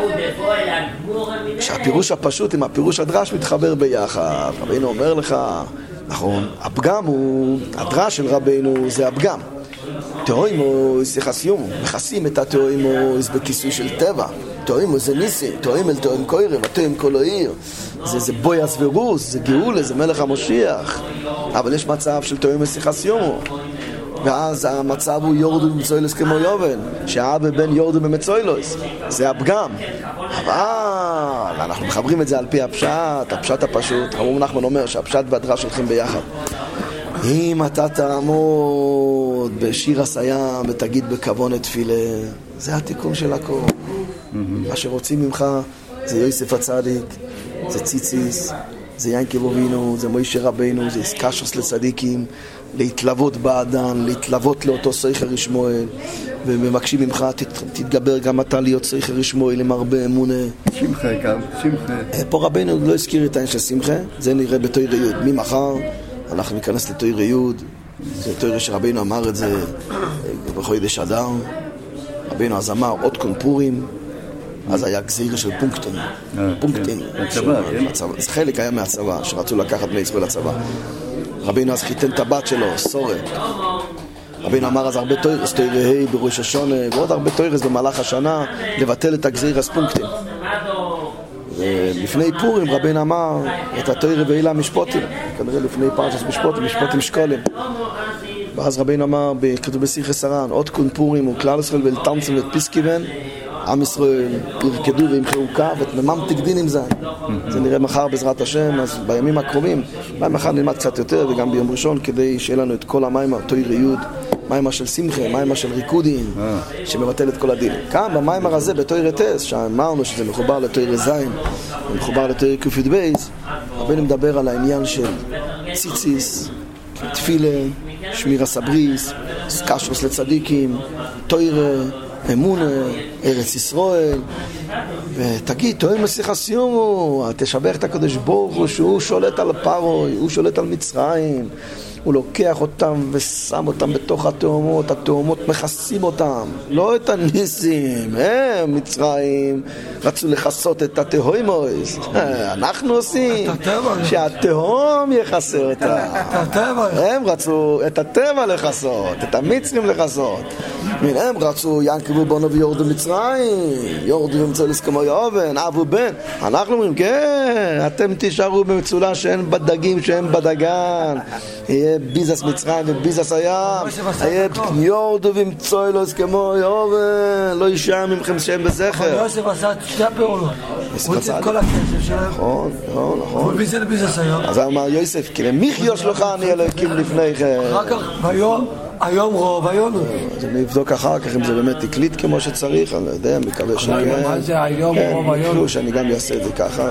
שהפירוש הפשוט עם הפירוש הדרש מתחבר ביחד. רבינו אומר לך, נכון, הפגם הוא, הדרש של רבינו זה הפגם. תאוימוס יחסיום, מכסים את התאוימוס בכיסוי של טבע. תאוימוס זה ניסים, תאוימל תאוים קוירם, התאוים כל העיר. זה בויאס ורוס, זה גאולה, זה מלך המשיח. אבל יש מצב של תאוימוס יחסיום, ואז המצב הוא יורדו במצוילוס כמו יובן, שהאב ובן יורדו במצוילוס, זה הפגם. אבל אנחנו מחברים את זה על פי הפשט הפשוט. רבי נחמן אומר שהפשט והדרש הולכים ביחד. אם אתה תעמוד בשיר הסיים ותגיד בכוון תפילה, זה התיקון של הכל. מה שרוצים ממך זה יוסף הצדיק, זה ציציס, זה ינקי בובינו, זה מוישה רבינו, זה איסקשוס לצדיקים, להתלוות באדן, להתלוות לאותו סייכר ישמואל, ומבקשים ממך, תתגבר גם אתה להיות סייכר ישמואל עם הרבה אמונה. שמחה גם, שמחה. פה רבינו לא הזכיר את העניין של שמחה, זה נראה בתוירה י'. ממחר אנחנו ניכנס לתוירה י', זה תוירה שרבינו אמר את זה בחודש אדר. רבינו אז אמר עוד קון פורים, אז היה גזירה של פונקטים. חלק היה מהצבא, שרצו לקחת בני ישראל לצבא. רבינו אז חיתן את הבת שלו, סורה. רבינו אמר אז הרבה תוירס, תוירהי בראש השונה, ועוד הרבה תוירס במהלך השנה, לבטל את הגזירה ספונקטים. ולפני פורים רבינו אמר את התוירה ואילה משפוטים, כנראה לפני פרשת משפוטים, משפוטים שקולים. ואז רבינו אמר, כתוב בשיחס הר"ן, עוד קון פורים וכלל ישראל ולתמצם ואת פיסקיבן, עם ישראל ירקדו וימחאו קו ותממם תגדין עם זה. זה נראה מחר בעזרת השם, אז בימים הקרובים, ביום אחד נלמד קצת יותר וגם ביום ראשון, כדי שיהיה לנו את כל המים, תוירה יוד, מיימר של שמחה, מיימר של ריקודים, שמבטל את כל הדין. כאן במיימר הזה, בתוירה טס, שאמרנו שזה מחובר לתוירה זין, ומחובר לתוירה קופית בייס, רבינו מדבר על העניין של ציציס, תפילה, שמירה סבריס, קשרוס לצדיקים, תוירה, אמונה, ארץ ישראל, ותגיד, תוהה מסיחה סיומו, תשבח את הקדוש ברוך הוא שהוא שולט על פרוי, הוא שולט על מצרים, הוא לוקח אותם ושם אותם בתוך התאומות, התאומות מכסים אותם, לא את הניסים, הם מצרים רצו לחסות את התהומות, אנחנו עושים שהתהום יחסה אותם, הם רצו את הטבע לחסות, את המצרים לחסות, הם רצו ינקבו בנו ויורדו מצרים, יורדו ומצאו לסכמו יאובן, אבו בן, אנחנו אומרים כן, אתם תישארו במצולה שאין בדגים שאין בדגן, יהיה ביזס מצרים וביזס הים, יהיה יורדו ומצאו לסכמו יאובן, לא יישאר ממכם שהם בזכר. יוסף עשה את שתי הפעולות, הוא הוציא את כל הכסף שלהם, נכון, הוא ביזל לביזס הים. אז אמר יוסף, כי למיכיו שלך אני אלוקים לפני כן. אחר כך, היום רוב, היום אז אני אבדוק אחר כך אם זה באמת תקליט כמו שצריך, אני לא יודע, מקווה שכן. מה זה היום רוב, היום? אפילו שאני גם אעשה את זה ככה.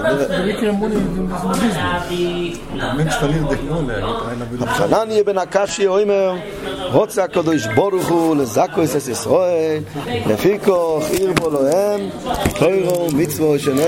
הבחנניה בן הקשי אומר, רוצה הקדוש ברוך הוא לזכו את ישראל, לפי כוח עיר בו להם, תוירו מצוו שנאמר.